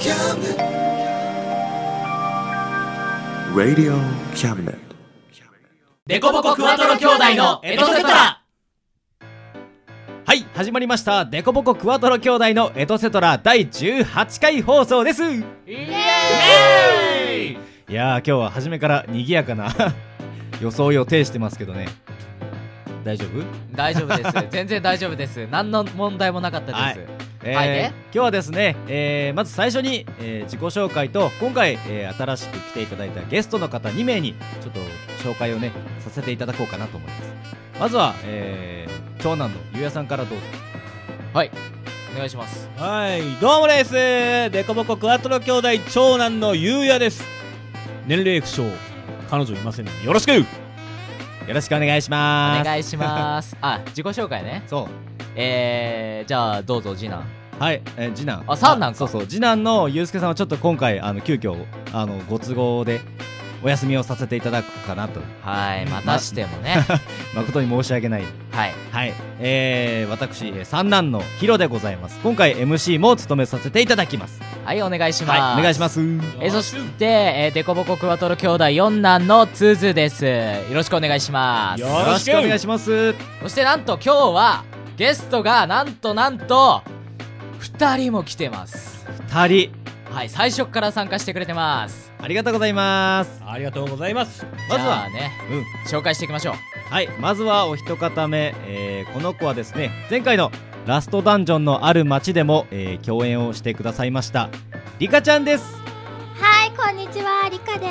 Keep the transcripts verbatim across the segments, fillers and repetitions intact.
Radio Cabinet。 デコボコクワトロ兄弟のエトセトラ。 はい、始まりました。デコボコクワトロ兄弟のエトセトラだいじゅうはちかい放送です。イエーイ。いやー、今日は初めから賑やかな装いを呈してますけどね。大丈夫？ 大丈夫です全然大丈夫です。何の問題もなかったです。はい、 えーはいね、 今日はですね、えー、まず最初に、えー、自己紹介と今回、えー、新しく来ていただいたゲストの方にめいにちょっと紹介をねさせていただこうかなと思います。まずは、えー、長男のゆうやさんからどうぞ。 はい、お願いします。 はい、どうもです。デコボコクワトロ兄弟長男のゆうやです。年齢不詳、彼女いませんのでよろしく。よろしくお願いします。 お願いしますあ、自己紹介ね。 そう、 えー、じゃあどうぞ次男。 はい、えー、次男。 あ、三男か。 そうそう、次男のゆうすけさんはちょっと今回あの急遽あのご都合でお休みをさせていただくかなと。 はい、またしてもね誠に申し訳ない。 はいはい、えー、私三男のヒロでございます。今回 エムシー も務めさせていただきます。 はい、お願いします。 はい、お願いします。 えー、そして、えー、デコボコクワトロ兄弟四男のツズです。よろしくお願いします。 よろしくお願いします。 そしてなんと今日はゲストがなんとなんとふたりも来てます。 ふたり、 はい、最初から参加してくれてます。 ありがとうございます。 ありがとうございます。 まずはね、 うん、 紹介していきましょう。 はい、まずはお一方目、えー、この子はですね、前回のラストダンジョンのある街でも、えー、共演をしてくださいましたリカちゃんです。 はい、こんにちは、リカです。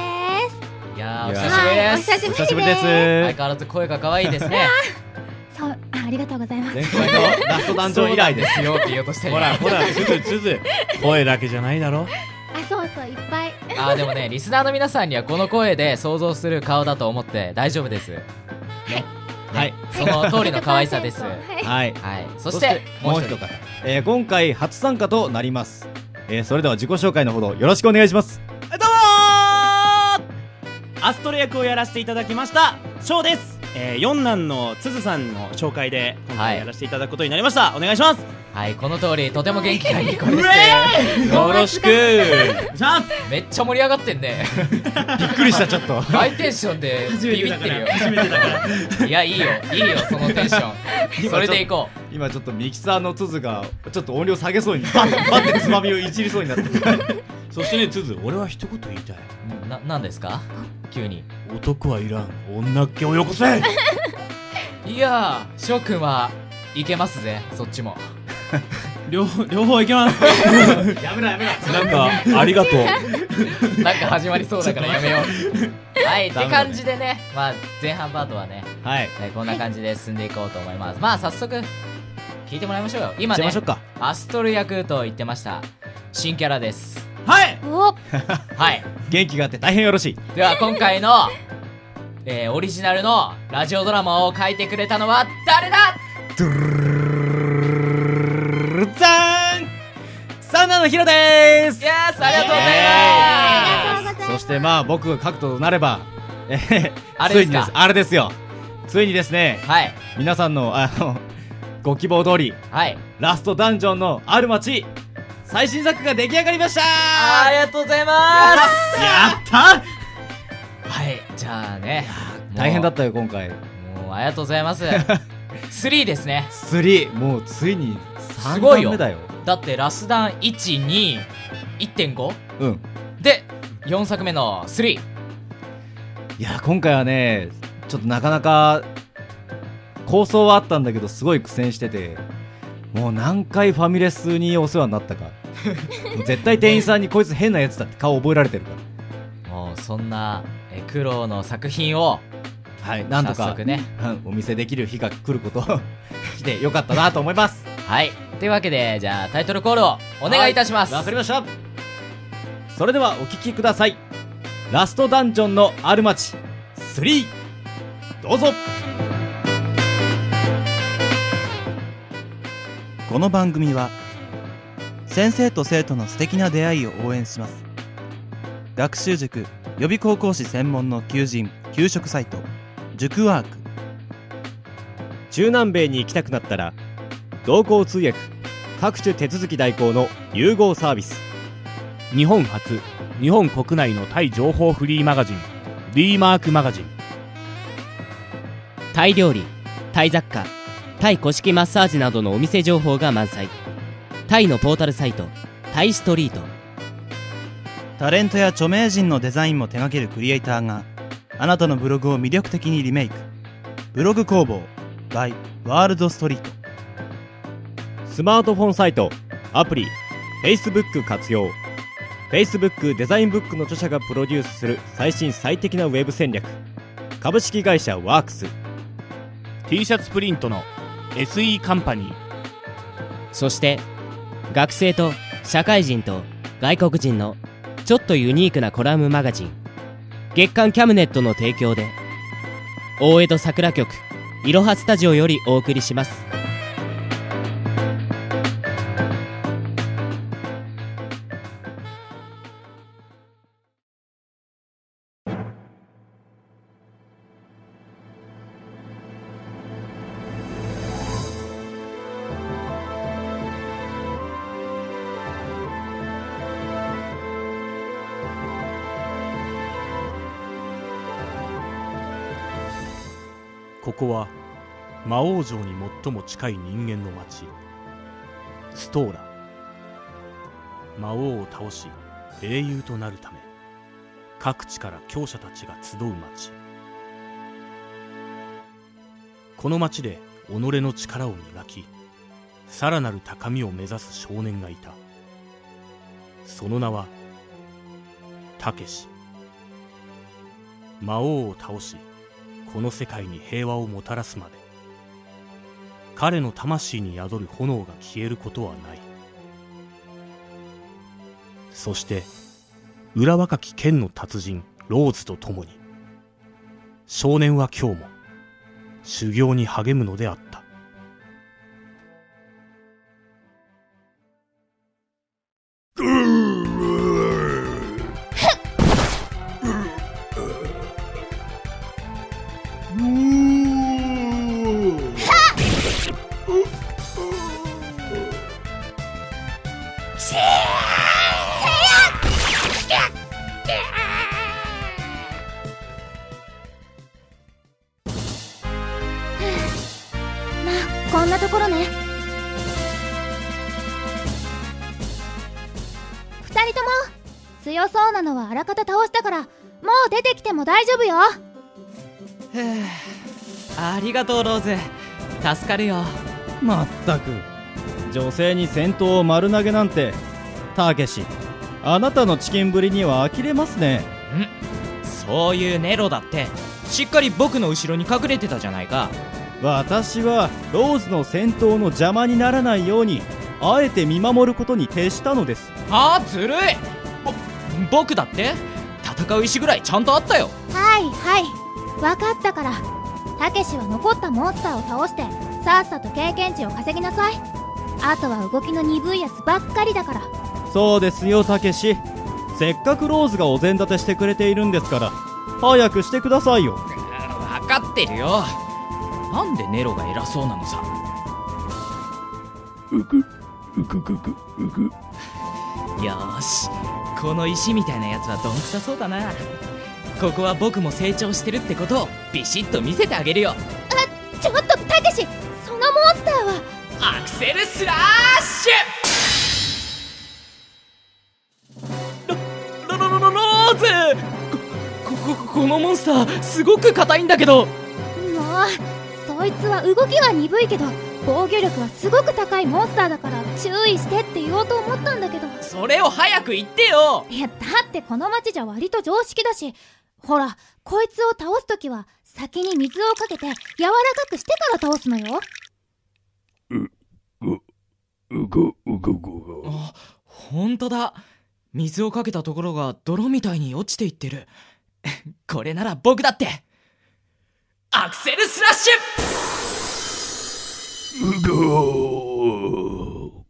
いやー、おいやー久しぶりです。 はい、お久しぶりです。 お久しぶりです。 相変わらず声が可愛いですねそう、あ、ありがとうございます。 前回のラストダンジョン以来ですよって言おうとしてるほらほら、つづつづ声だけじゃないだろ。 あ、そうそう、いっぱい。 あー、でもね、リスナーの皆さんにはこの声で想像する顔だと思って大丈夫です。ね、 はい、 その通りの可愛さですはい。 はい、 はい、そしてもう一方、えー、今回初参加となります。えー、それでは自己紹介のほどよろしくお願いします。 どうもー、アストロ役をやらせていただきました翔です。えー、四男のつづさんの紹介で今回やらせていただくことになりました、はい、お願いします。 はい、この通りとても元気がいい子です。 よろしくめっちゃ盛り上がってんねびっくりした、ちょっとハイテンションでビビってるよ。初めてだからいや、いいよいいよ、そのテンションそれでいこう。今ちょっとミキサーのつづがちょっと音量下げそうにバッバッてつまみをいじりそうになってそしてね、つづ、俺は一言言いたい。 な、なんですか急に。 男はいらん、女っ気をよこせいやー、翔くんはいけますぜ、そっちも両, 両方いけますやめろやめろ、 なんかありがとうなんか始まりそうだからやめようはい、って感じでね、まあ前半パートはね、 はい、 えー、こんな感じで進んでいこうと思います。まあ早速聞いてもらいましょうよ。今ね、アストル役と言ってました新キャラです。 はい、 おはい元気があって大変よろしい。 では今回の、えー、オリジナルのラジオドラマを書いてくれたのは誰だ。 ドゥルルザーン、サウナのヒロでーす。 イエース、ありがとうございます。 ありがとうございます。 そしてまあ僕が書くとなれば、えー、 あれですか。 ついにです、あれですよ。ついにですね、 はい、 皆さんのあのご希望通り、 はい、 ラストダンジョンのある街最新作が出来上がりましたー。 ありがとうございます。 やったはい、じゃあね、 大変だったよ今回。 もうありがとうございますスリーですね。 スリー、もうついにさんすごいよだんめだよ。 だってラスダンいち、に、いってんごうんでよんさくめのスリー。 いや今回はねちょっとなかなか構想はあったんだけどすごい苦戦してて、もう何回ファミレスにお世話になったかもう絶対店員さんにこいつ変なやつだって顔覚えられてるから、 もうそんなえ苦労の作品を、 はい、なんとか早速ね、 うん、お見せできる日が来ることを来てよかったなと思います。 はい、というわけでじゃあタイトルコールをお願いいたします。 わかりました。それではお聞きください。ラストダンジョンのある街スリー、どうぞ。 この番組は先生と生徒の素敵な出会いを応援します。学習塾予備高校士専門の求人・給食サイト塾ワーク。 中南米に行きたくなったら同行通訳各種手続き代行の融合サービス日本初、日本国内のタイ情報フリーマガジン D マークマガジン。 タイ料理、タイ雑貨、タイ古式マッサージなどのお店情報が満載。タイのポータルサイトタイストリート。 タレントや著名人のデザインも手掛けるクリエイターがあなたのブログを魅力的にリメイク。ブログ工房 by ワールドストリート。 スマートフォンサイト、アプリ、Facebook 活用。 Facebook デザインブックの著者がプロデュースする最新最適なウェブ戦略。株式会社ワークス。 T シャツプリントの エスイー カンパニー。 そして学生と社会人と外国人のちょっとユニークなコラムマガジン月刊キャムネットの提供で大江戸桜局いろはスタジオよりお送りします。 ここは魔王城に最も近い人間の町ストーラ。魔王を倒し英雄となるため各地から強者たちが集う町。この町で己の力を磨きさらなる高みを目指す少年がいた。その名はたけし。魔王を倒しこの世界に平和をもたらすまで彼の魂に宿る炎が消えることはない。そして裏若き剣の達人ローズと共に少年は今日も修行に励むのであった。 こんなところね。二人とも強そうなのはあらかた倒したからもう出てきても大丈夫よ。 ありがとうローズ、助かるよ。 まったく女性に戦闘を丸投げなんて。たけし、あなたのチキンぶりには呆れますね。 んそういうネロだってしっかり僕の後ろに隠れてたじゃないか。 私はローズの戦闘の邪魔にならないようにあえて見守ることに徹したのです。 はあ、ずるい。ぼ僕だって戦う意志ぐらいちゃんとあったよ。 はいはい分かったから、たけしは残ったモンスターを倒してさっさと経験値を稼ぎなさい。あとは動きの鈍いやつばっかりだから。 そうですよたけし、せっかくローズがお膳立てしてくれているんですから早くしてくださいよ。 分かってるよ。なんでネロが偉そうなのさ。 うぐうぐぐぐうぐ。 よーし、この石みたいなやつはどんくさそうだな。ここは僕も成長してるってことをビシッと見せてあげるよ。 あ、ちょっとたけし、そのモンスターはアクセルスラッシュ。ロロロロローズ、ここここのモンスターすごく硬いんだけど。 もうそいつは動きは鈍いけど防御力はすごく高いモンスターだから注意してって言おうと思ったんだけど。 それを早く言ってよ。 いやだってこの町じゃ割と常識だし、ほらこいつを倒すときは先に水をかけて柔らかくしてから倒すのよ。 うううごうごうご。 あ、ほんとだ。水をかけたところが泥みたいに落ちていってる。これなら僕だってアクセルスラッシュ。うごー。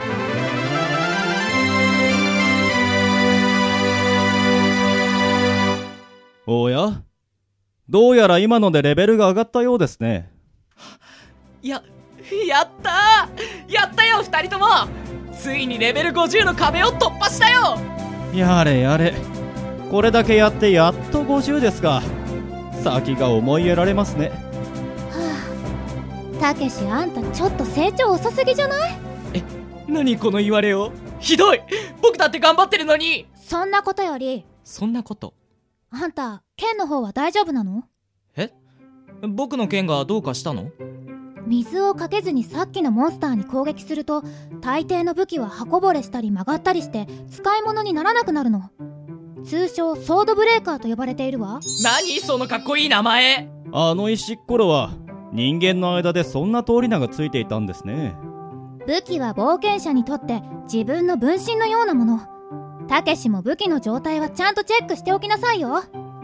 おや、どうやら今のでレベルが上がったようですね。 や、やったーやったよ二人とも。ついにレベルごじゅうの壁を突破したよ。 やれやれ、これだけやってやっとごじゅうですか。先が思いやられますね。 はあ、たけし、あんたちょっと成長遅すぎじゃない？ え、何この言われよ。ひどい。僕だって頑張ってるのに。 そんなことより、 そんなこと。 あんた剣の方は大丈夫なの？ え？僕の剣がどうかしたの？ 水をかけずにさっきのモンスターに攻撃すると、大抵の武器は刃こぼれしたり曲がったりして使い物にならなくなるの。通称ソードブレーカーと呼ばれているわ。 何そのかっこいい名前。 あの石っころは人間の間でそんな通り名がついていたんですね。 武器は冒険者にとって自分の分身のようなもの。たけしも武器の状態はちゃんとチェックしておきなさいよ。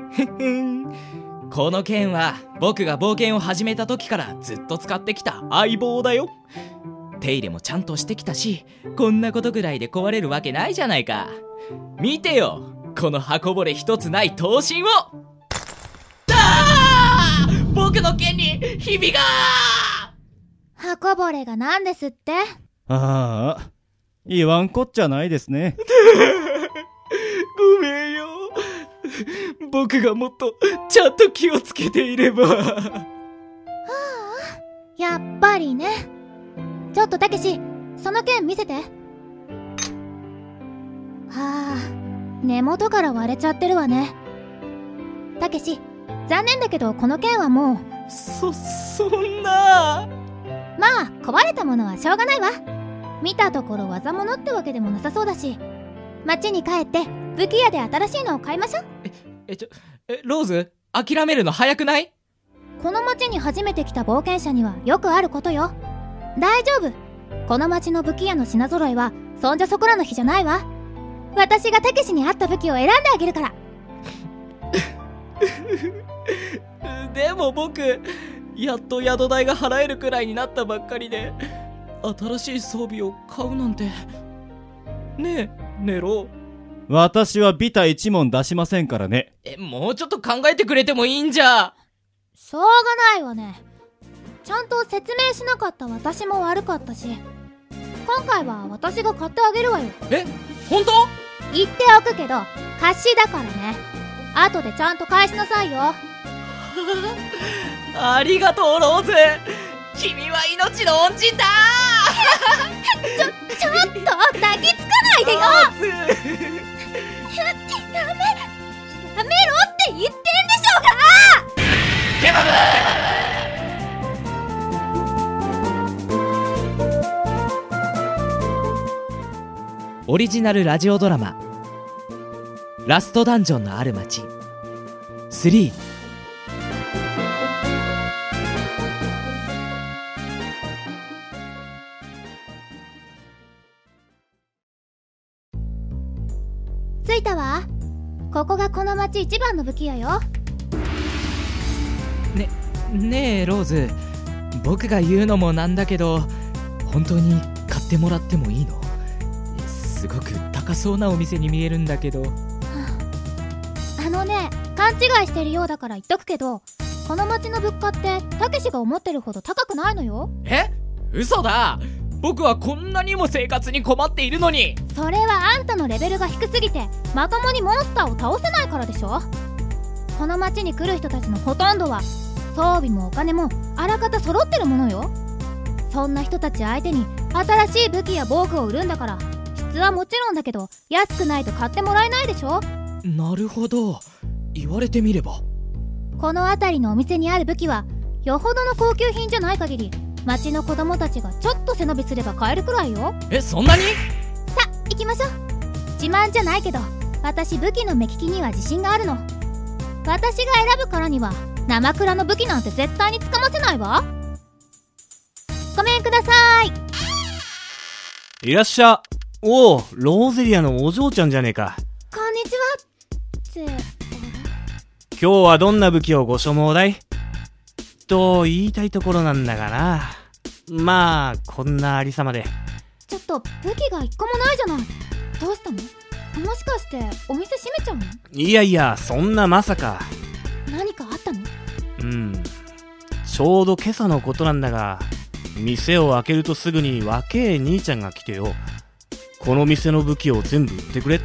この剣は僕が冒険を始めた時からずっと使ってきた相棒だよ。手入れもちゃんとしてきたし、こんなことぐらいで壊れるわけないじゃないか。見てよ、この刃こぼれ一つない刀身を。あー！僕の剣にひびが。 刃こぼれがなんですって？ ああ、言わんこっちゃないですね。 ごめんよ。僕がもっとちゃんと気をつけていれば。はあ、 やっぱりね。ちょっとたけし、その剣見せて。はあ、根元から割れちゃってるわね。たけし、残念だけどこの剣はもう。 そ、そんな。 まあ壊れたものはしょうがないわ。見たところ技物ってわけでもなさそうだし、町に帰って武器屋で新しいのを買いましょう。 え、え、ちょ、え、ローズ、諦めるの早くない？ この町に初めて来た冒険者にはよくあることよ。大丈夫。この町の武器屋の品揃いはそんじょそこらの日じゃないわ。私がたけしに合った武器を選んであげるから。 でも僕、やっと宿代が払えるくらいになったばっかりで、新しい装備を買うなんて。ねえ、ネロ。 私はビタ一問出しませんからね。 え、もうちょっと考えてくれてもいいんじゃ。 しょうがないわね。ちゃんと説明しなかった私も悪かったし、今回は私が買ってあげるわよ。 え、本当？ 言っておくけど貸しだからね。後でちゃんと返しなさいよ。 ありがとうローズ、君は命の恩人だ。 ちょ、ちょっと抱きつかないでよ。や、やめ、やめろって言ってんでしょうが。 ケバブ。オリジナルラジオドラマラストダンジョンのある街スリー。 着いたわ。ここがこの町一番の武器屋よ。 ね、ねえローズ、僕が言うのもなんだけど、本当に買ってもらってもいいの？すごく高そうなお店に見えるんだけど。はあ、あのね、勘違いしてるようだから言っとくけど、この町の物価ってたけしが思ってるほど高くないのよ。 え？嘘だ。僕はこんなにも生活に困っているのに。 それはあんたのレベルが低すぎてまともにモンスターを倒せないからでしょ。この町に来る人たちのほとんどは装備もお金もあらかた揃ってるものよ。そんな人たち相手に新しい武器や防具を売るんだから、質はもちろんだけど安くないと買ってもらえないでしょ。 なるほど、言われてみれば。 この辺りのお店にある武器はよほどの高級品じゃない限り、町の子供たちがちょっと背伸びすれば買えるくらいよ。 え、そんなに？ さあ行きましょう。自慢じゃないけど私武器の目利きには自信があるの。私が選ぶからには生蔵の武器なんて絶対につかませないわ。ごめんください。 いらっしゃ。おお、ローゼリアのお嬢ちゃんじゃねえか。 こんにちは。って今日はどんな武器をご所望だいと言いたいところなんだがな。まあこんなありさまで。 ちょっと武器が一個もないじゃない。どうしたの？もしかしてお店閉めちゃうの？ いやいや、そんなまさか。 何かあったの？ うん、ちょうど今朝のことなんだが、店を開けるとすぐに若え兄ちゃんが来てよ、この店の武器を全部売ってくれって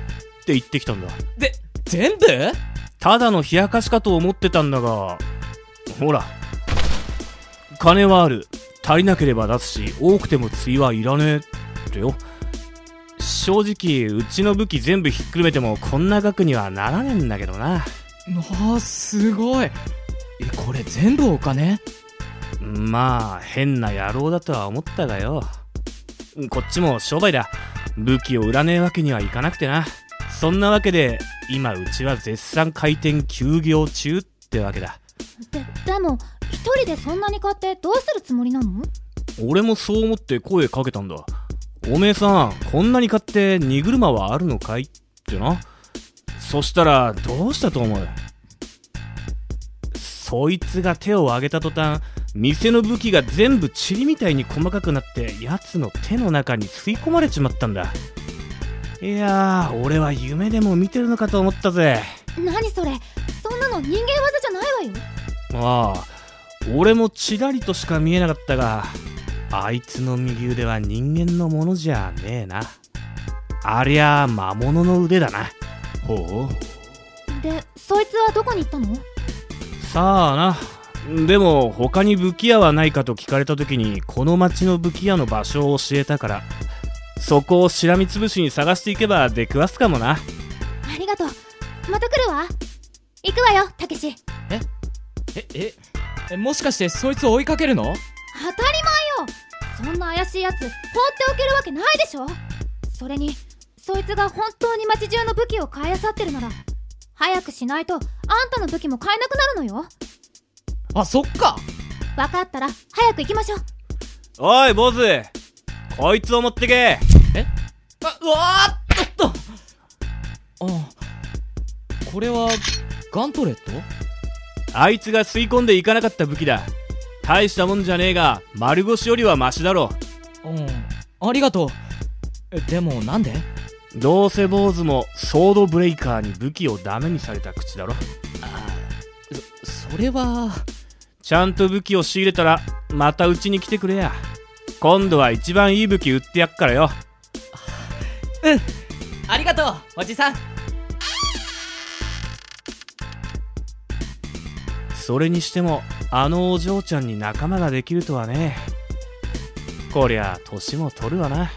って言ってきたんだ。 で、全部？ ただの冷やかしかと思ってたんだが、ほら、金はある、足りなければ出すし、多くても次はいらねえってよ。正直うちの武器全部ひっくるめてもこんな額にはならねえんだけどな。 ああ、すごい。え、これ全部お金？ まあ変な野郎だとは思ったがよ。こっちも商売だ。武器を売らねえわけにはいかなくてな。そんなわけで今うちは絶賛開店休業中ってわけだ。 で、でも一人でそんなに買ってどうするつもりなの？ 俺もそう思って声かけたんだ。おめえさん、こんなに買って荷車はあるのかいってな。そしたらどうしたと思う？そいつが手を挙げた途端、店の武器が全部塵みたいに細かくなって奴の手の中に吸い込まれちまったんだ。いやー、俺は夢でも見てるのかと思ったぜ。 何それ、そんなの人間技じゃないわよ。 ああ、俺もちらりとしか見えなかったが、あいつの右腕は人間のものじゃねえな。ありゃあ魔物の腕だな。 ほう。で、そいつはどこに行ったの？ さあな。でも他に武器屋はないかと聞かれた時にこの町の武器屋の場所を教えたから、そこをしらみつぶしに探していけば出くわすかもな。 ありがとう。また来るわ。行くわよ、たけし。 えええもしかしてそいつを追いかけるの？ 当たり前よ。そんな怪しいやつ放っておけるわけないでしょ。それにそいつが本当に町中の武器を買い漁ってるなら、早くしないとあんたの武器も買えなくなるのよ。 あ、そっか。 分かったら早く行きましょう。 おい坊主、こいつを持ってけ。 えあ、うわーっとっと。あ、これはガントレット？ あいつが吸い込んでいかなかった武器だ。大したもんじゃねえが丸腰よりはマシだろ。 うん、ありがとう。え、でもなんで？ どうせ坊主もソードブレイカーに武器をダメにされた口だろ。 あ、そ、それはちゃんと武器を仕入れたらまたうちに来てくれや。今度は一番いい武器売ってやっからよ。 うん、ありがとうおじさん。 それにしてもあのお嬢ちゃんに仲間ができるとはね。こりゃ年も取るわな。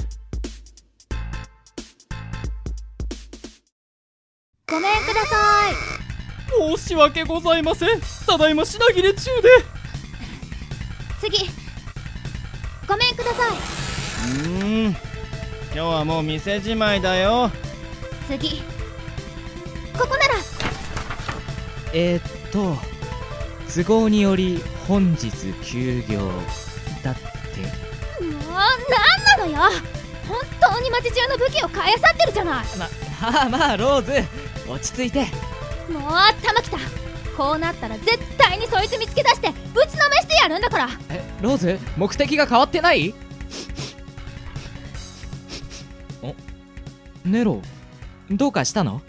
ごめんください。申し訳ございません。ただいま品切れ中で。 次、ごめんください。 うーん、今日はもう店じまいだよ。 次、ここなら。 えー、っと都合により本日休業だって。 もうなんなのよ。本当に町中の武器を買い漁ってるじゃない。 ままあまあローズ、落ち着いて。 もう頭きた。こうなったら絶対にそいつ見つけ出してぶちのめしてやるんだから。 え、ローズ、目的が変わってない？お、ネロ、どうかしたの？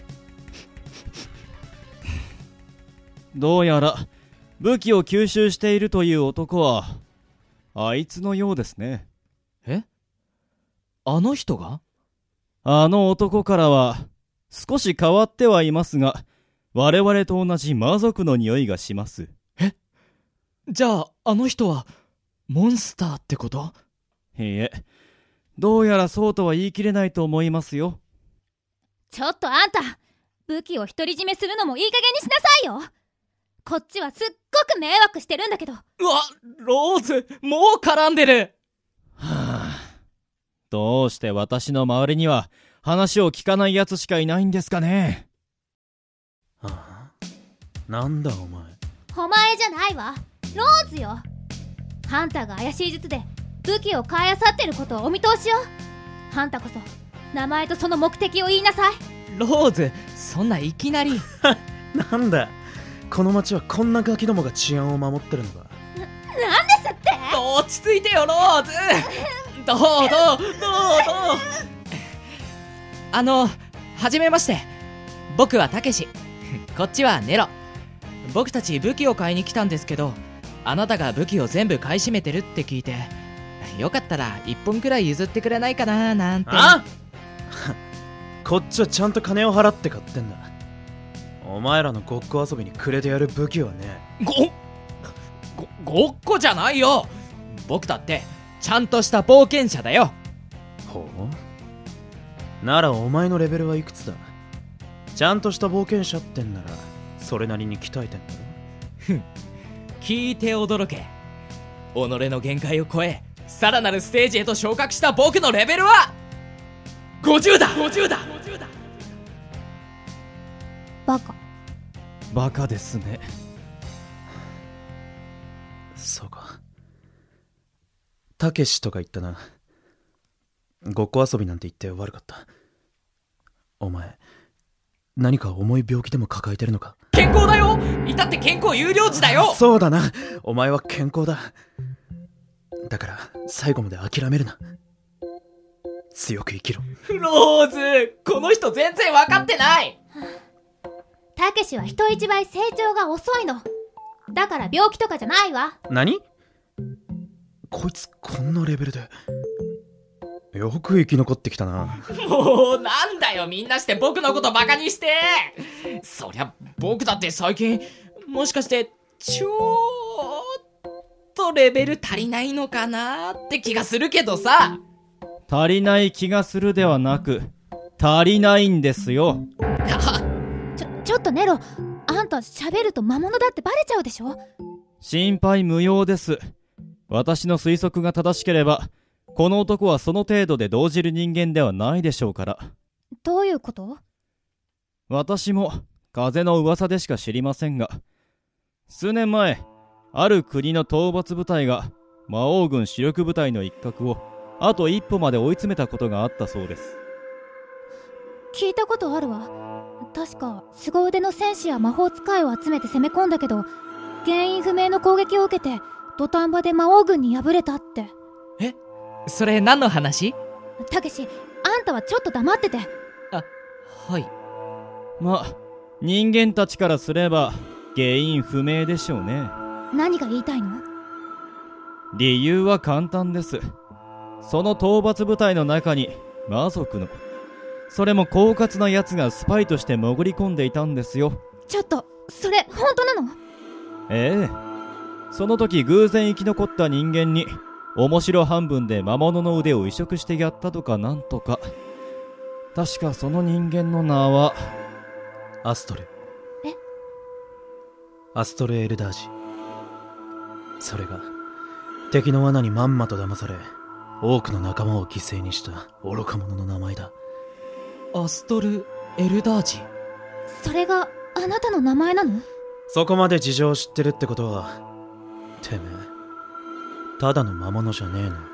どうやら武器を吸収しているという男はあいつのようですね。 え？あの人が？ あの男からは少し変わってはいますが、我々と同じ魔族の匂いがします。 え？じゃああの人はモンスターってこと？ いいえ、どうやらそうとは言い切れないと思いますよ。 ちょっとあんた、武器を独り占めするのもいい加減にしなさいよ。こっちはすっごく迷惑してるんだけど。 うわ、ローズ、もう絡んでる。 はあ、どうして私の周りには話を聞かないやつしかいないんですかね。 ああ、なんだお前。 お前じゃないわ、ローズよ。ハンターが怪しい術で武器を買い漁ってることをお見通しよ。ハンターこそ名前とその目的を言いなさい。 ローズ、そんないきなり。 なんだ、この町はこんなガキどもが治安を守ってるのか。 なんですって。 落ち着いてよローズ。どうどうどうどうあの、はじめまして。僕はたけし、こっちはネロ。僕たち武器を買いに来たんですけど、あなたが武器を全部買い占めてるって聞いて、よかったら一本くらい譲ってくれないかななんて。 あこっちはちゃんと金を払って買ってんだ。お前らのごっこ遊びにくれてやる武器はね。 ごごごっこじゃないよ。僕だってちゃんとした冒険者だよ。 ほう、ならお前のレベルはいくつだ。ちゃんとした冒険者ってんならそれなりに鍛えてんだろ。 ふん、聞いて驚け。己の限界を超えさらなるステージへと昇格した僕のレベルはごじゅうだ。ごじゅうだ。 バカ。 バカですね。 そうか。たけしとか言ったな。ごっこ遊びなんて言って悪かった。お前何か重い病気でも抱えてるのか。 健康だよ。いたって健康有料児だよ。 そうだな、お前は健康だ。だから最後まで諦めるな。強く生きろ。 ローズ、この人全然分かってない。 たけしは人一倍成長が遅いの。だから病気とかじゃないわ。 何？こいつこんなレベルでよく生き残ってきたな。 もうなんだよ、みんなして僕のことバカにして。そりゃ僕だって最近もしかしてちょっとレベル足りないのかなって気がするけどさ。 足りない気がするではなく足りないんですよ。 ちょ、ちょっとネロ、あんた喋ると魔物だってバレちゃうでしょ。 心配無用です。私の推測が正しければこの男はその程度で動じる人間ではないでしょうから。 どういうこと？ 私も風の噂でしか知りませんが、数年前ある国の討伐部隊が魔王軍主力部隊の一角をあと一歩まで追い詰めたことがあったそうです。 聞いたことあるわ。確か凄腕の戦士や魔法使いを集めて攻め込んだけど、原因不明の攻撃を受けて土壇場で魔王軍に敗れたって。 え、それ何の話？ たけし、あんたはちょっと黙ってて。 あ、はい。 ま、人間たちからすれば原因不明でしょうね。 何が言いたいの？ 理由は簡単です。その討伐部隊の中に魔族の、それも狡猾な奴がスパイとして潜り込んでいたんですよ。 ちょっと、それ本当なの？ ええ。その時偶然生き残った人間に面白半分で魔物の腕を移植してやったとかなんとか。確かその人間の名はアストレ。 え？ アストレ・エルダージ。それが敵の罠にまんまと騙され多くの仲間を犠牲にした愚か者の名前だ。 アストル・エルダージ。 それがあなたの名前なの？ そこまで事情を知ってるってことは、てめえただの魔物じゃねえな。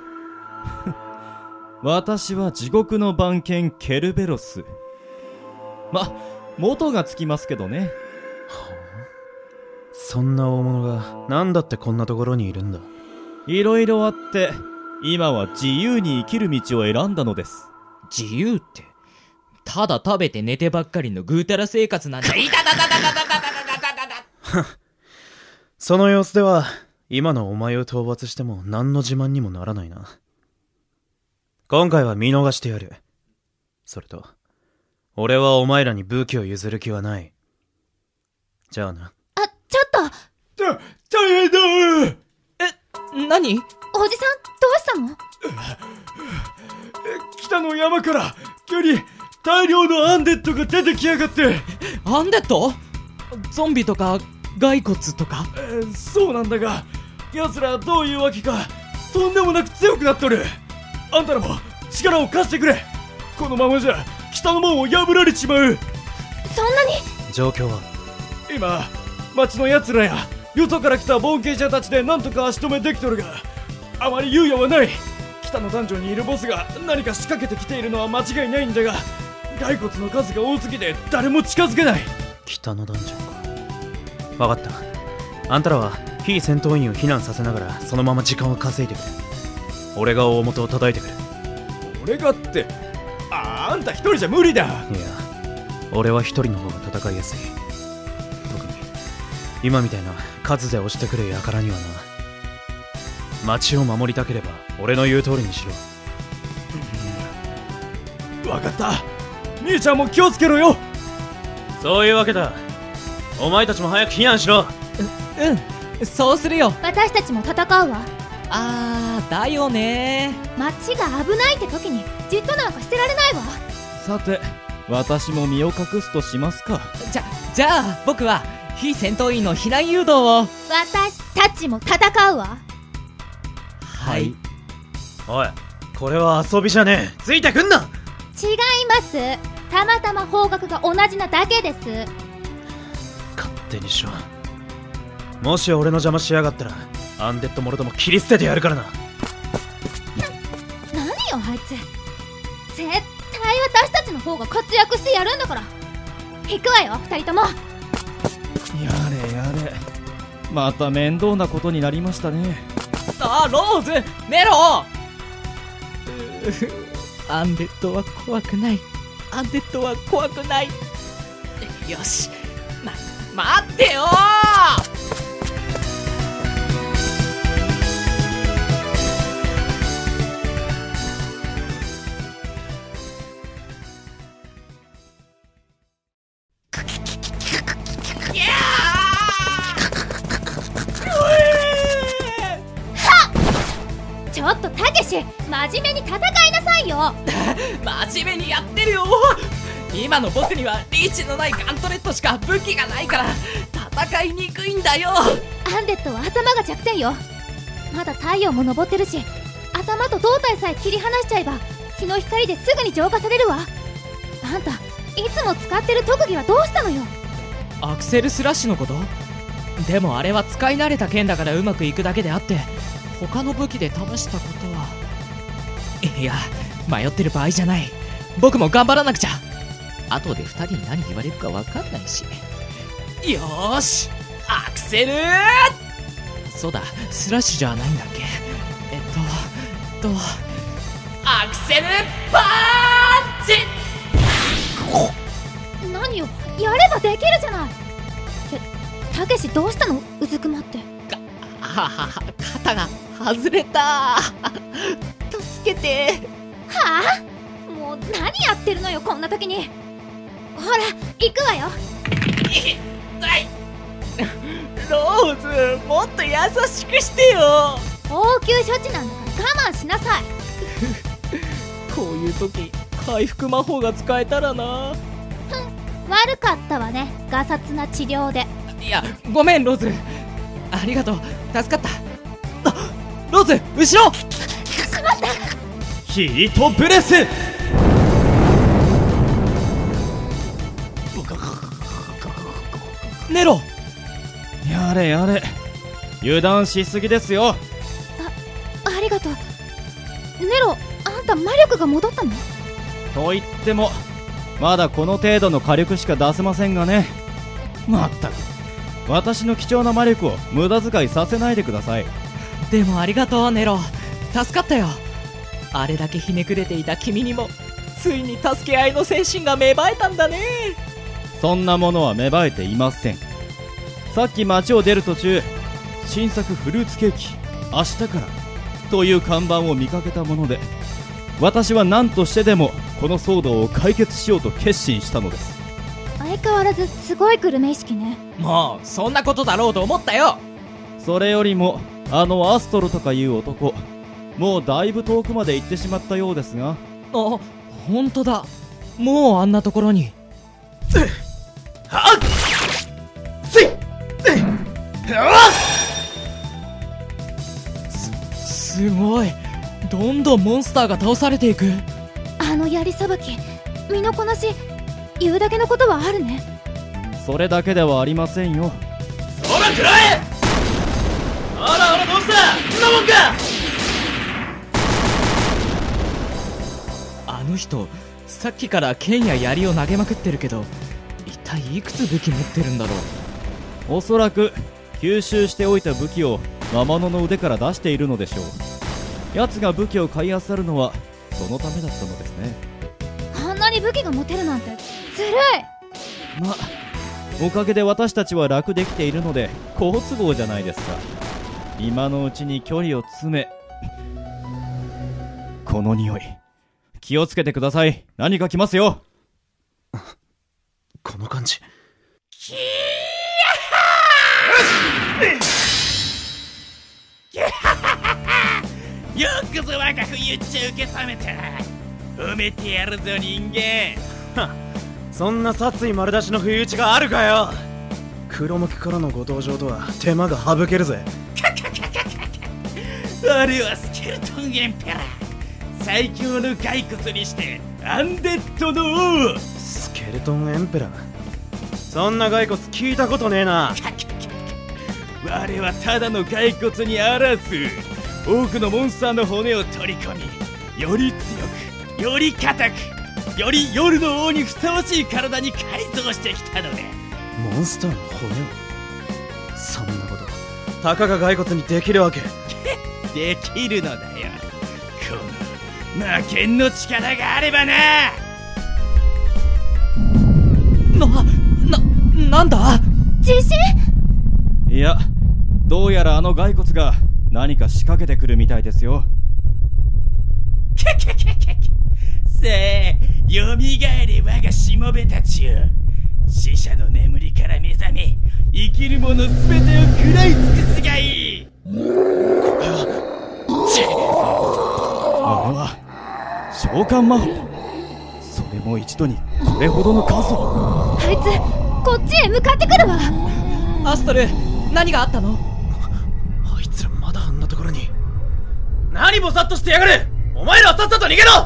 私は地獄の番犬ケルベロス。ま、元がつきますけどね。 ほう、そんな大物がなんだってこんなところにいるんだ。 いろいろあって今は自由に生きる道を選んだのです。 自由って、ただ食べて寝てばっかりのぐうたら生活なんて。いたたたたたたたたたたた。 その様子では今のお前を討伐しても何の自慢にもならないな。今回は見逃してやる。それと俺はお前らに武器を譲る気はない。じゃあな。 あ、ちょっと。 た、大変だ。 え、何？ おじさん、どうしたの？ 北の山から急に大量のアンデッドが出てきやがって。 アンデッド？ゾンビとか骸骨とか？ えー、そうなんだが、奴らどういうわけかとんでもなく強くなっとる。あんたらも力を貸してくれ。このままじゃ北の門を破られちまう。 そんなに？ 状況は？ 今町の奴らやよそから来た冒険者たちでなんとか足止めできとるが、あまり猶予はない。北のダンジョンにいるボスが何か仕掛けてきているのは間違いないんだが、骸骨の数が多すぎて誰も近づけない。 北のダンジョンか。分かった。あんたらは非戦闘員を避難させながらそのまま時間を稼いでくれ。俺が大元を叩いてくれ。 俺がって、あ、あんた一人じゃ無理だ。いや、 俺は一人の方が戦いやすい。特に今みたいな数で押してくる輩にはな。町を守りたければ俺の言う通りにしろ。 分かった。 兄ちゃんも気をつけろよ。 そういうわけだ。お前たちも早く避難しろ。 うん、そうするよ。 私たちも戦うわ。 あーだよね。 街が危ないって時にじっとなんかしてられないわ。 さて私も身を隠すとしますか。 じゃじゃあ僕は非戦闘員の避難誘導を。 私たちも戦うわ。 はい。 おい、これは遊びじゃねえ。ついてくんな。 違います。たまたま方角が同じなだけです。 勝手にしろ。もし俺の邪魔しやがったらアンデッドモルドも切り捨ててやるからな。 何よあいつ。絶対私たちの方が活躍してやるんだから。行くわよ二人とも。 やれやれ、また面倒なことになりましたね。 あーローズ、ネロアンデッドは怖くない。アンデッドは怖くない。よし、ま、待ってよー。 ちょっとたけし、真面目に戦いなさいよ。 真面目にやってるよ。今の僕にはリーチのないガントレットしか武器がないから戦いにくいんだよ。 アンデッドは頭が弱点よ。まだ太陽も昇ってるし、頭と胴体さえ切り離しちゃえば日の光ですぐに浄化されるわ。あんたいつも使ってる特技はどうしたのよ。 アクセルスラッシュのこと？でもあれは使い慣れた剣だからうまくいくだけであって、他の武器で試したことは。いや、迷ってる場合じゃない。僕も頑張らなくちゃ。後で二人に何言われるか分かんないし。よーし、アクセルー。そうだ、スラッシュじゃないんだっけ。えっととアクセルパンチ。 何よ、やればできるじゃない。たけしどうしたの、うずくまって。 ははは、肩が外れた。助けて。 はあ、もう何やってるのよこんな時に。ほら行くわよ。 痛い。ローズ、もっと優しくしてよ。 応急処置なんだから我慢しなさい。 こういう時回復魔法が使えたらな。 悪かったわね、ガサツな治療で。 いや、ごめんローズ、ありがとう、助かった。あ、ローズ、後ろ。 しまった。 ヒートブレス。 ネロ。 やれやれ、油断しすぎですよ。 あ、ありがとう。ネロ、あんた魔力が戻ったの？ と言ってもまだこの程度の火力しか出せませんがね。まったく私の貴重な魔力を無駄遣いさせないでください。 でもありがとうネロ、助かったよ。あれだけひねくれていた君にもついに助け合いの精神が芽生えたんだね。 そんなものは芽生えていません。さっき街を出る途中、新作フルーツケーキ明日からという看板を見かけたもので、私は何としてでもこの騒動を解決しようと決心したのです。 相変わらずすごいグルメ意識ね。 もうそんなことだろうと思ったよ。 それよりもあのアストロとかいう男、もうだいぶ遠くまで行ってしまったようですが。 あ、ほんとだ、もうあんなところに。 はっせいす、すごい、どんどんモンスターが倒されていく。 あの槍さばき、身のこなし、言うだけのことはあるね。 それだけではありませんよ。 そらくらえ。あらあら、どうしたんなもんか。 あの人さっきから剣や槍を投げまくってるけど、一体いくつ武器持ってるんだろう。 おそらく吸収しておいた武器を魔物の腕から出しているのでしょう。奴が武器を買い漁るのはそのためだったのですね。 あんなに武器が持てるなんてずるい。 ま、おかげで私たちは楽できているので好都合じゃないですか。今のうちに距離を詰め。この匂い気をつけてください。何か来ますよ。 この感じ。 きーよくぞ我が不意打ちを受け止めた。褒めてやるぞ人間。 そんな殺意丸出しの不意打ちがあるかよ。黒幕からのご登場とは手間が省けるぜ。 あれはスケルトンエンペラー、最強の骸骨にしてアンデッドの王。 スケルトンエンペラー、そんな骸骨聞いたことねえな。 我はただの骸骨にあらず、多くのモンスターの骨を取り込み、より強く、より硬く、より夜の王にふさわしい体に改造してきたので。 モンスターの骨を、そんなことたかが骸骨にできるわけ。 できるのだよ、この魔剣の力があればな。 な、な、なんだ？ 地震？ いや、どうやらあの骸骨が何か仕掛けてくるみたいですよ。 さあ、よみがえれ我がしもべたちよ。死者の眠りから目覚め、生きる者すべてを食らい尽くすがいい。 あれは召喚魔法。それも一度にこれほどの数を。 あいつこっちへ向かってくるわ。 アストル、何があったの？ あいつらまだあんなところに。何ぼさっとしてやがる。お前らはさっさと逃げろ。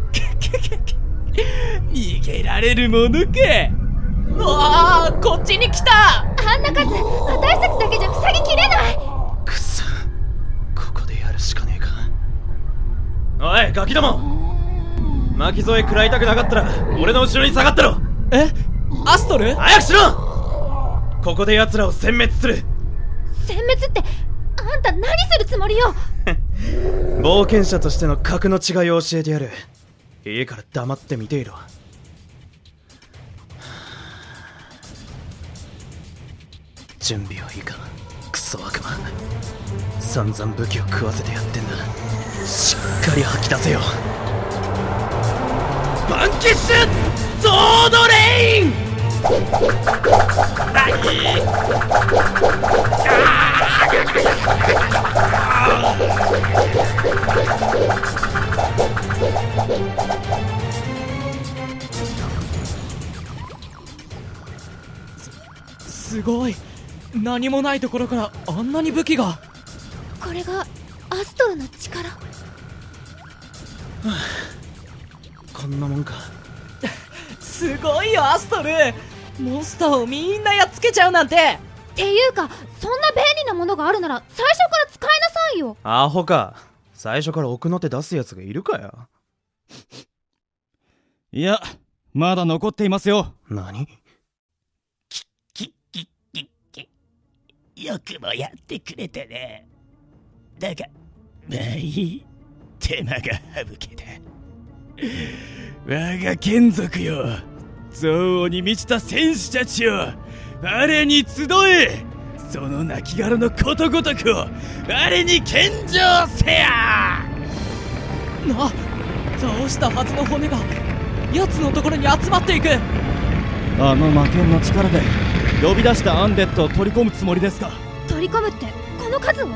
逃げられるものか。うわあ、こっちに来た。 あんな数私たちだけじゃ塞ぎきれない。 くそ、ここでやるしかねえか。おいガキども、巻き添え食らいたくなかったら俺の後ろに下がったろ。 え、アストル？ 早くしろ。ここで奴らを殲滅する。 殲滅ってあんた何するつもりよ。 冒険者としての格の違いを教えてやる。いいから黙って見ていろ。準備はいいか、クソ悪魔。散々武器を食わせてやってんだ。しっかり吐き出せよ。バンキッシュソードレイン。 すごい、何もないところからあんなに武器が。 これがアストルの力。はあ、こんなもんか。 すごいよアストル、モンスターをみんなやっつけちゃうなんて。 っていうか、そんな便利なものがあるなら最初から使いなさいよ。 アホか。最初から奥の手出すやつがいるかよ。 いや、まだ残っていますよ。 何？ よくもやってくれたね。だがまあいい、手間が省けた。我が眷属よ、憎悪に満ちた戦士たちよ、我に集え。その亡骸のことごとくを我に献上せや。な、倒したはずの骨が奴のところに集まっていく。 あの魔剣の力で呼び出したアンデッドを取り込むつもりですか？ 取り込むってこの数を？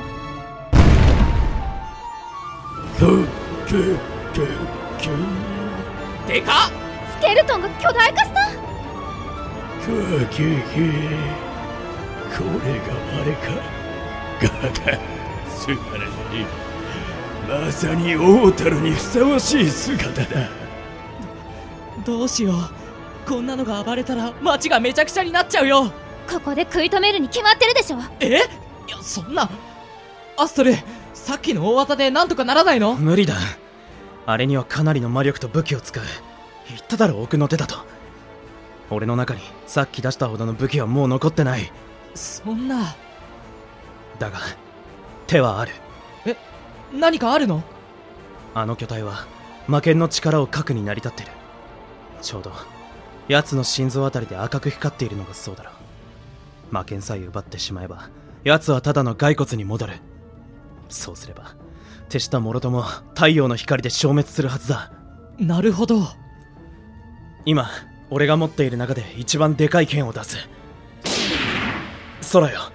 でかっ！ スケルトンが巨大化した。 これがあれか。ガガ、素晴らしい。まさに王たるにふさわしい姿だ。どうしよう、こんなのが暴れたら街がめちゃくちゃになっちゃうよ。 ここで食い止めるに決まってるでしょ。 え？いや、そんな。アストル、さっきの大技でなんとかならないの？ 無理だ。あれにはかなりの魔力と武器を使う。言っただろ、奥の手だと。俺の中にさっき出したほどの武器はもう残ってない。 そんな。 だが手はある。 え、何かあるの？ あの巨体は魔剣の力を核に成り立ってる。ちょうど奴の心臓あたりで赤く光っているのがそうだろう。魔剣さえ奪ってしまえば奴はただの骸骨に戻る。そうすれば手下もろとも太陽の光で消滅するはずだ。 なるほど。 今俺が持っている中で一番でかい剣を出す。空よ。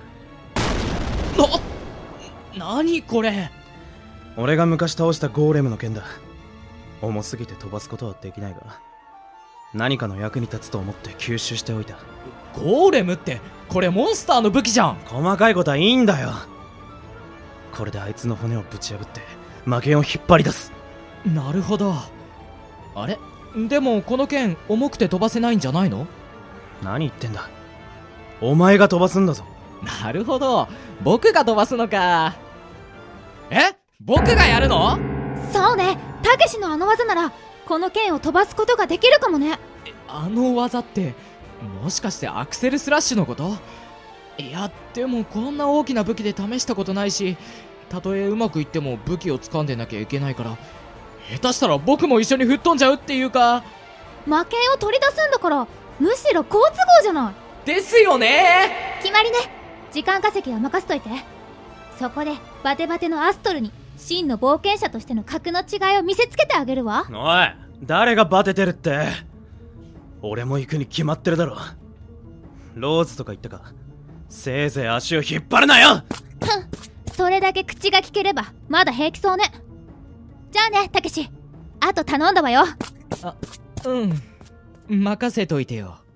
な、なにこれ。 俺が昔倒したゴーレムの剣だ。重すぎて飛ばすことはできないが、何かの役に立つと思って吸収しておいた。 ゴーレムってこれモンスターの武器じゃん。 細かいことはいいんだよ。これであいつの骨をぶち破って魔剣を引っ張り出す。 なるほど。あれでもこの剣重くて飛ばせないんじゃないの？ 何言ってんだ。お前が飛ばすんだぞ。 なるほど、僕が飛ばすのか。え、僕がやるの？ そうね、たけしのあの技ならこの剣を飛ばすことができるかもね。 あの技ってもしかしてアクセルスラッシュのこと？いやでもこんな大きな武器で試したことないし、たとえうまくいっても武器を掴んでなきゃいけないから、下手したら僕も一緒に吹っ飛んじゃうっていうか。 魔剣を取り出すんだからむしろ好都合じゃない。 ですよね。 決まりね。時間稼ぎは任せといて。そこでバテバテのアストルに真の冒険者としての格の違いを見せつけてあげるわ。 おい、誰がバテてるって。俺も行くに決まってるだろ。ローズとか言ったか。せいぜい足を引っ張るなよ。 それだけ口が聞ければまだ平気そうね。じゃあね、たけし、あと頼んだわよ。 あ、うん任せといてよ。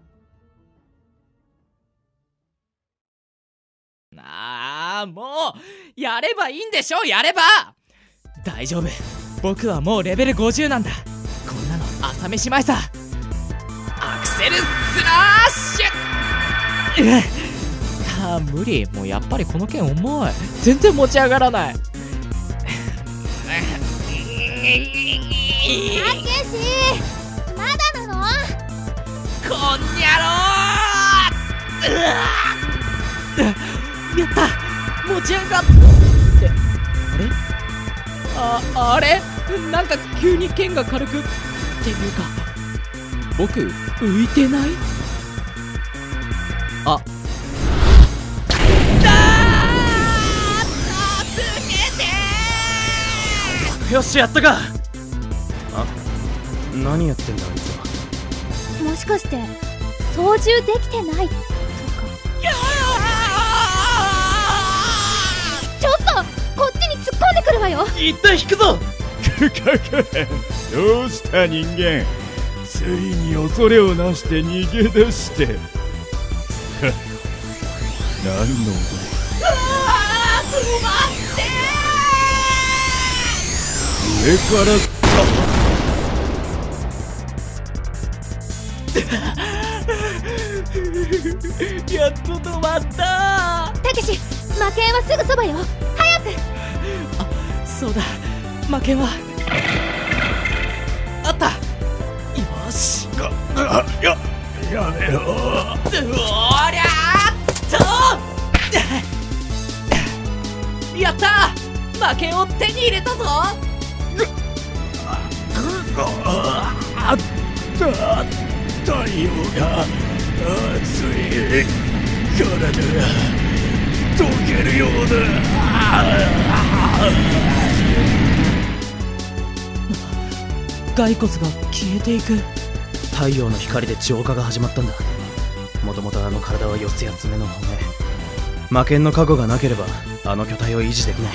あーもうやればいいんでしょ。やれば大丈夫。僕はもうレベルごじゅうなんだ。こんなの朝飯前さ。アクセルスラッシュ。あー無理。もうやっぱりこの剣重い。全然持ち上がらない。 たけし、まだなの？ こんにゃろー。うわやった、持ち上がって。あれあ、あれなんか急に剣が軽くっていうか、僕浮いてない？ああー助けてよし、やったか。あ、何やってんだあいつは。 もしかして操縦できてないとか？ちょっとこっちに突っ込んでくるわよ。 一旦引くぞ。 くかかどうした人間、ついに恐れをなして逃げ出して何のうわー止ま上からやっと止まった。 たけし、魔剣はすぐそばよ。早く。 あ、そうだ、魔剣はあった。よし。 あややめろ。 おりゃーっとやった。魔剣を手に入れたぞ。 あった太陽が熱い。体が溶けるようだ。骸骨が消えていく。 太陽の光で浄化が始まったんだ。もともとあの体は四つや爪の骨。魔剣の加護がなければあの巨体を維持できない。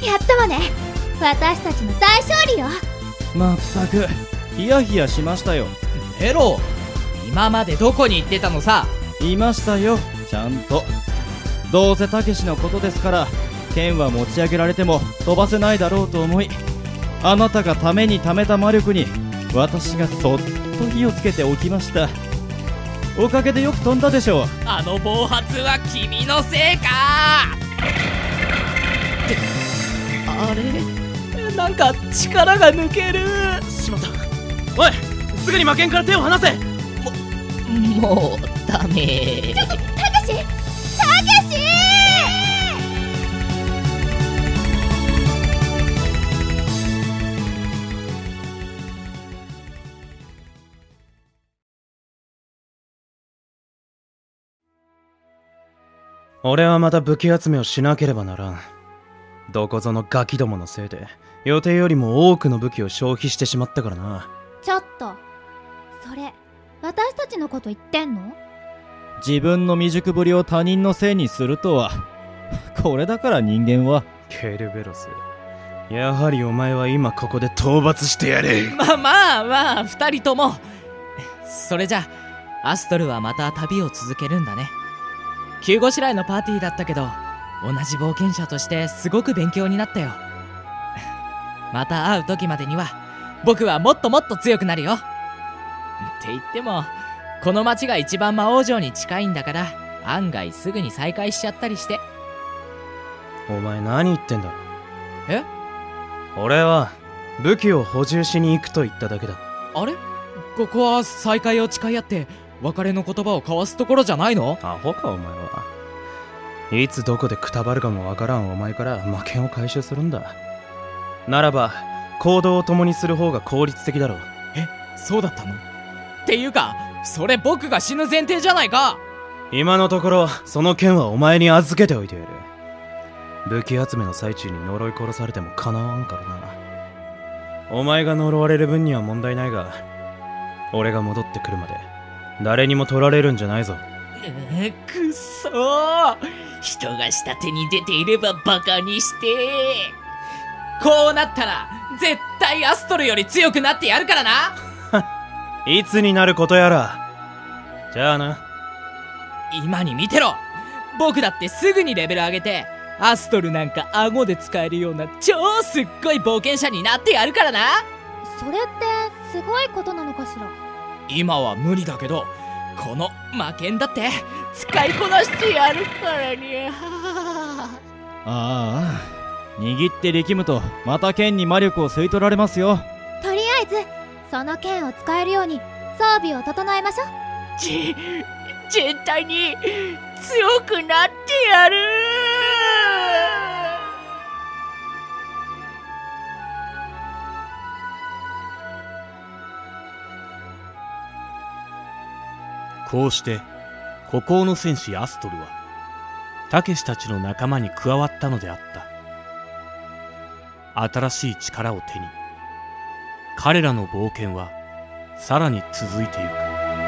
やったわね。私たちの大勝利よ。 まったくヒヤヒヤしましたよ。 ネロ、今までどこに行ってたのさ。 いましたよ、ちゃんと。どうせたけしのことですから剣は持ち上げられても飛ばせないだろうと思い、あなたがために貯めた魔力に私がそっと火をつけておきました。おかげでよく飛んだでしょう。 あの暴発は君のせいか。ってあれなんか力が抜ける。 しまった。おい、すぐに魔剣から手を離せ。 ももうダメ。 ちょっとたけし、たけし。 俺はまた武器集めをしなければならん。どこぞのガキどものせいで予定よりも多くの武器を消費してしまったからな。 ちょっとそれ私たちのこと言ってんの？ 自分の未熟ぶりを他人のせいにするとはこれだから人間は。 ケルベロス、やはりお前は今ここで討伐してやれ。 まあまあまあ、二人とも。それじゃアストルはまた旅を続けるんだね。急ごしらえのパーティーだったけど、同じ冒険者としてすごく勉強になったよ。また会う時までには僕はもっともっと強くなるよ。って言ってもこの町が一番魔王城に近いんだから、案外すぐに再会しちゃったりして。 お前何言ってんだ。 え？ 俺は武器を補充しに行くと言っただけだ。 あれ？ここは再会を誓い合って別れの言葉を交わすところじゃないの？ アホかお前は。いつどこでくたばるかもわからんお前から魔剣を回収するんだ。ならば行動を共にする方が効率的だろう。 え、そうだったの？っていうかそれ僕が死ぬ前提じゃないか。 今のところその剣はお前に預けておいてやる。武器集めの最中に呪い殺されてもかなわんからな。お前が呪われる分には問題ないが、俺が戻ってくるまで誰にも取られるんじゃないぞ。 えー、くっそー、人が下手に出ていればバカにして。こうなったら絶対アストルより強くなってやるからな。 いつになることやら。じゃあな。 今に見てろ、僕だってすぐにレベル上げてアストルなんか顎で使えるような超すっごい冒険者になってやるからな。 それってすごいことなのかしら。 今は無理だけど、この魔剣だって使いこなしてやるからにゃ。 ああ、握って力むとまた剣に魔力を吸い取られますよ。 とりあえずその剣を使えるように装備を整えましょう。 ち絶対に強くなってやる。 こうして孤高の戦士アストルはたけしたちの仲間に加わったのであった。新しい力を手に彼らの冒険はさらに続いていく。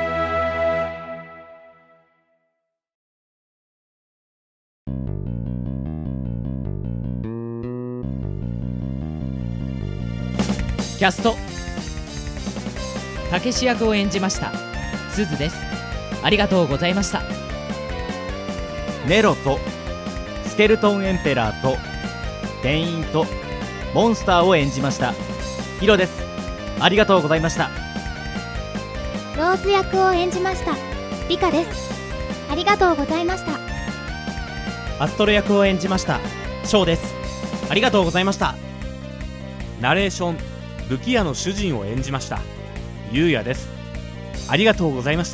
キャスト、たけし役を演じましたすずです。ありがとうございました。 ネロとスケルトンエンペラーと店員とモンスターを演じましたヒロです。ありがとうございました。 ローズ役を演じましたリカです。ありがとうございました。 アストロ役を演じましたショウです。ありがとうございました。 ナレーション武器屋の主人を演じましたゆうやです。ありがとうございました。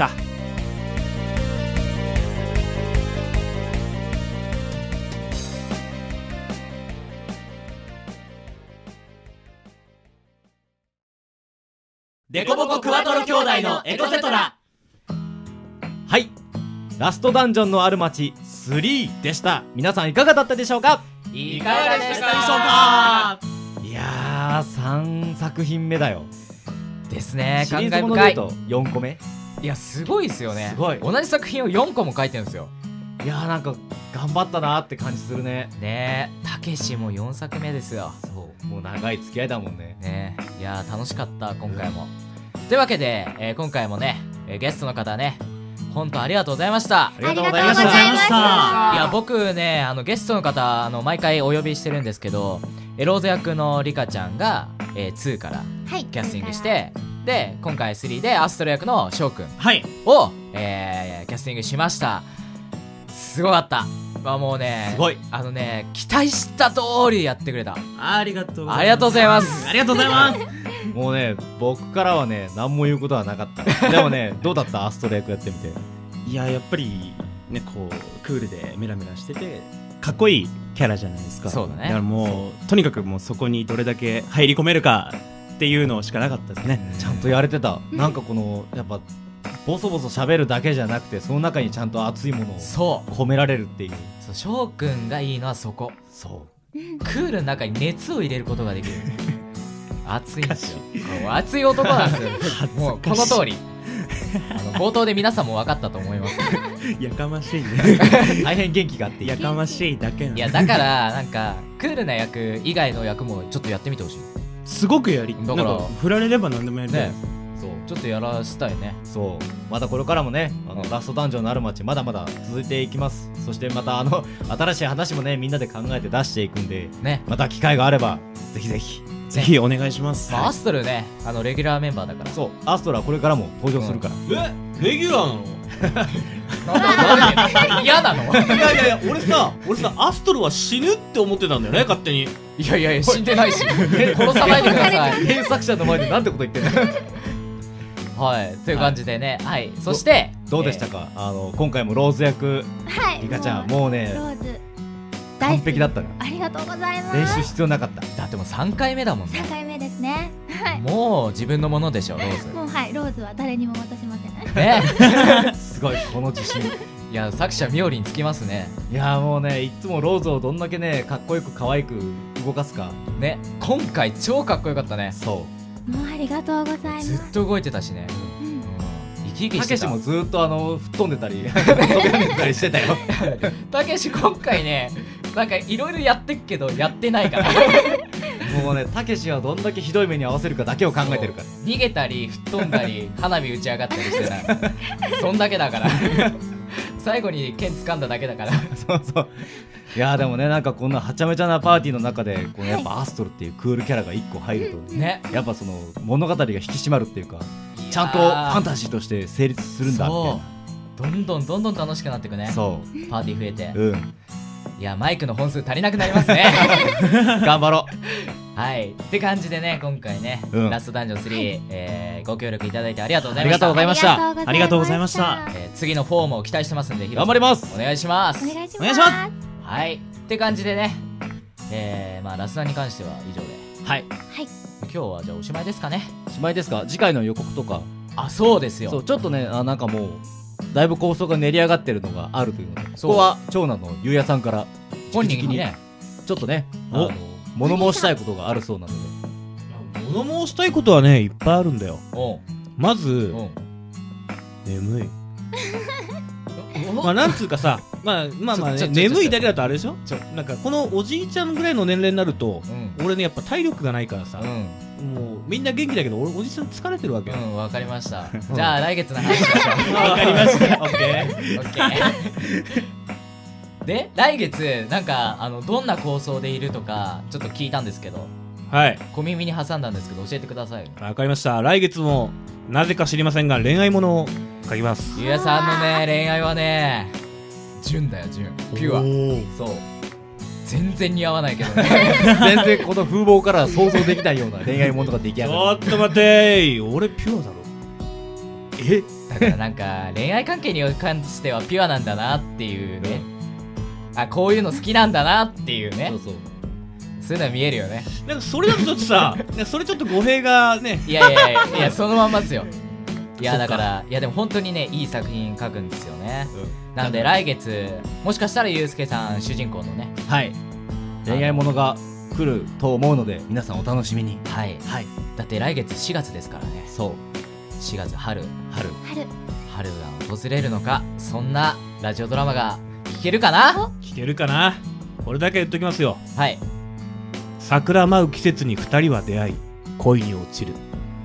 デコボコクワトロ兄弟のエトセトラ。 はい、ラストダンジョンのある街スリーでした。皆さんいかがだったでしょうか。 いかがでしたでしょうか。 いやー、さんさく品目だよ。 ですね。 シリーズもので言うとよんこめ。 いや、すごいですよね。 すごい。 同じ作品をよんこも書いてるんですよ。 いやー、なんか頑張ったなーって感じするね。 ねえ、たけしもよんさくめですよ。 そう、もう長い付き合いだもんね。 ねえ、いやー楽しかった今回も、うん、というわけで、えー、今回もね、えー、ゲストの方ね、本当ありがとうございました。 ありがとうございました。 いや、僕ね、あのゲストの方、あの毎回お呼びしてるんですけど、エローズ役のリカちゃんが、えー、ツーからキャスティングして、はい、で今回スリーでアストロ役の翔くんを、はい、えー、キャスティングしました。すごかった。まあ、もうね、 すごい。 あのね、期待した通りやってくれた。 ありがとうございます。 ありがとうございます。 ありがとうございます。 もうね、僕からはね、何も言うことはなかった。でもね、どうだったアストロ役やってみて。 いや、やっぱりね、こうクールでメラメラしててかっこいいキャラじゃないですか。 そうだね。 だからもうとにかくもうそこにどれだけ入り込めるかっていうのしかなかったですね。 ちゃんとやれてた。なんかこのやっぱボソボソ喋るだけじゃなくて、その中にちゃんと熱いものを込められるっていう。 そう、翔くんがいいのはそこ。そう、クールの中に熱を入れることができる。熱いんですよ。熱い男なんですよ。もうこの通り。 あの冒頭で皆さんも分かったと思いますやかましいね大変元気があっていいやかましいだけなの。 いやだからなんかクールな役以外の役もちょっとやってみてほしいすごくやりだからなんか振られれば何でもやりたい、 ね。そうちょっとやらしたいね。 そうまたこれからもねあのラストダンジョンのある街まだまだ続いていきます。そしてまたあの新しい話もねみんなで考えて出していくんでねまた機会があればぜひぜひ。 ぜひお願いします。 まあアストルねあのレギュラーメンバーだから。 そうアストラはこれからも登場するから、 えレギュラーなの？ なんで嫌なの？ いやいやいや俺さ俺さアストルは死ぬって思ってたんだよね勝手に。 いやいやいや死んでないし殺さないでください原作者の前でなんてこと言ってんのはいという感じでねはいそしてどうでしたか、あの今回もローズ役はいリカちゃんもうねローズ完璧だったの。 ありがとうございます。 練習必要なかった。 だってもうさんかいめだもんね。 さんかいめですね。はいもう自分のものでしょローズ。 もうはいローズは誰にも渡しませんねすごいこの自信。 いや作者冥利につきますね。 いやもうねいつもローズをどんだけねかっこよく可愛く動かすかね今回超かっこよかったね。 そうもうありがとうございます。 ずっと動いてたしね。 うんうん生き生きたしてた。 けしもずっとあの吹っ飛んでたり飛び跳ねてたりしてたよ。 たけし今回ねなんかいろいろやってっけどやってないからもうねたけしはどんだけひどい目に合わせるかだけを考えてるから。 逃げたり吹っ飛んだり花火打ち上がったりしてたそんだけだから最後に剣掴んだだけだからそうそういやでもねなんかこんなはちゃめちゃなパーティーの中でこのやっぱアストルっていうクールキャラがいっこ入るとねやっぱその物語が引き締まるっていうかちゃんとファンタジーとして成立するんだみたいな。 どんどんどんどん楽しくなっていくね。 そうパーティー増えて、 うんいやマイクの本数足りなくなりますね頑張ろうはいって感じでね今回ね、うん、ラストダンジョンスリー、えー、ご協力いただいてありがとうございました。 ありがとうございましたありがとうございました、 えー、次のフォーも期待してますんで頑張りますお願いしますお願いします。 お願いしますはいって感じでねえー、まあラスダンに関しては以上ではいはい今日はじゃあおしまいですかね。 おしまいですか。次回の予告とかあそうですよそうちょっとねあなんかもうだいぶ構想が練り上がってるのがあるというのでここは長男のゆうやさんから本人にねちょっとねあの物申したいことがあるそうなので。 物申したいことはねいっぱいあるんだよ。 おうまずうん眠いまあなんつうかさまあまあまあ、ね、 ちょちょちょ眠いだけだとあれでしょちょなんかこのおじいちゃんぐらいの年齢になると、 うん俺ねやっぱ体力がないからさ、 うんもうみんな元気だけど俺おじさん疲れてるわけよ、 うんわかりましたじゃあ来月の話しましょうわかりましたオッケーオッケーで来月なんかあのどんな構想でいるとかちょっと聞いたんですけどはい小耳に挟んだんですけど教えてください。 わかりました。来月もなぜか知りませんが恋愛ものを書きます。 ゆうやさんのね恋愛はね純だよ純ピュアそう全然似合わないけどね全然この風貌から想像できないような恋愛ものが出来上がる。 ちょっと待てー俺ピュアだろ。えだからなんか恋愛関係に関してはピュアなんだなっていうね、あこういうの好きなんだなっていうねそうそうそういうのは見えるよね。 なんかそれだとちょっとさなんかそれちょっと語弊がねいやいやいやいやそのまんまっすよ。いやそっかだからいやでも本当にねいい作品書くんですよね、 うんなので来月もしかしたらゆうすけさん主人公のねはい恋愛ものが来ると思うので皆さんお楽しみに。 はいはいだって来月しがつですからね。 そうしがつ春春春春が訪れるのかそんなラジオドラマが聞けるかな。 聞けるかな。これだけ言っときますよ。 はい桜舞う季節に二人は出会い恋に落ちる。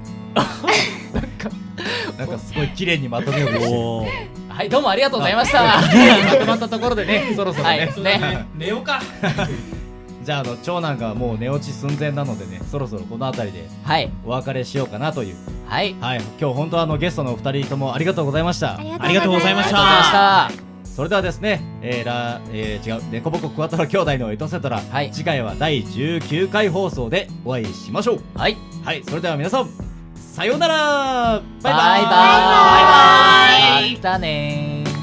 なんかすごい綺麗にまとめようとしてる。 おーはいどうもありがとうございましたまとまったところでねそろそろね、 はいね寝ようかじゃああの長男がもう寝落ち寸前なのでねそろそろこの辺りではいお別れしようかなという。 はいはい今日本当あのゲストのお二人ともありがとうございました。 ありありがとうございましたありがとうございましたそれではですね、えーらえー、違うデコボコクワトロ兄弟のエトセトラ、 はい次回はだいじゅうきゅうかい放送でお会いしましょう。 はいはいそれでは皆さんさようなら。バイバイバイバイバイバイまたねー。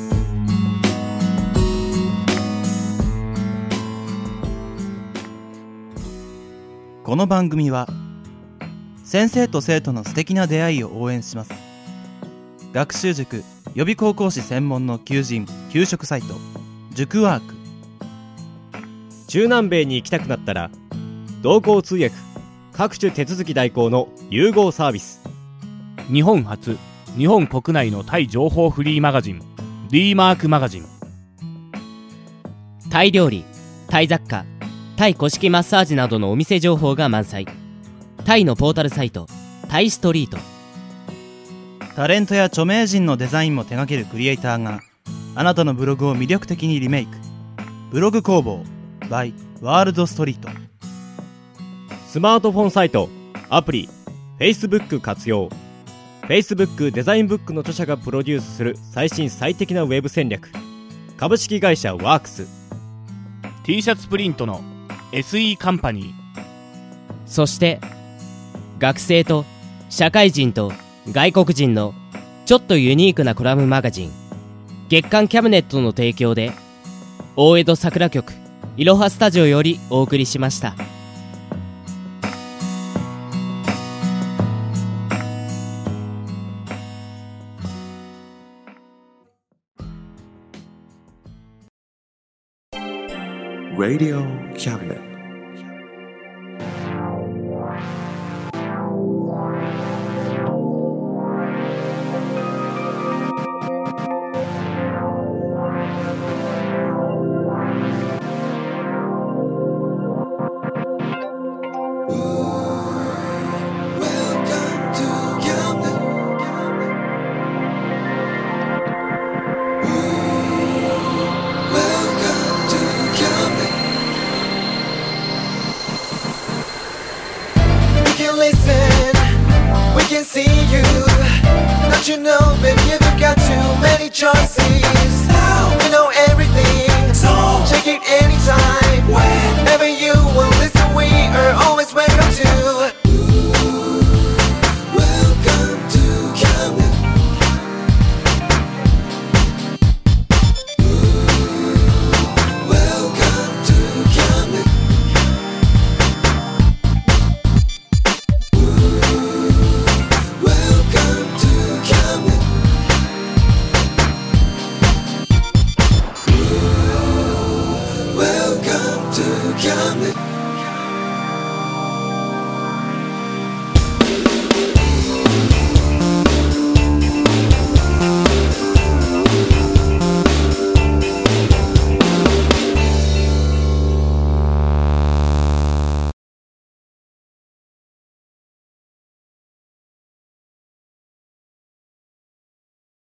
この番組は先生と生徒の素敵な出会いを応援します。学習塾予備高校師専門の求人・給食サイト塾ワーク。 中南米に行きたくなったら同行通訳各種手続き代行の融合サービス。 日本初日本国内のタイ情報フリーマガジン D マークマガジン。 タイ料理、タイ雑貨、タイ古式マッサージなどのお店情報が満載。タイのポータルサイトタイストリート。 タレントや著名人のデザインも手掛けるクリエイターがあなたのブログを魅力的にリメイク。ブログ工房 by ワールドストリート。 スマートフォンサイト、アプリ、Facebook 活用。Facebook デザインブックの著者がプロデュースする最新最適なウェブ戦略。株式会社ワークス。 T シャツプリントの エスイー カンパニー。 そして学生と社会人と外国人のちょっとユニークなコラムマガジン月刊キャムネットの提供で大江戸桜局いろはスタジオよりお送りしました。 Radio Cabinet. You know, baby, you've got too many choices. We know everything, so check it anytime. Whenever you will listen, we are always welcome to. Welcome to Camden. Welcome to Camden. Welcome to Camden. Welcome to Camden.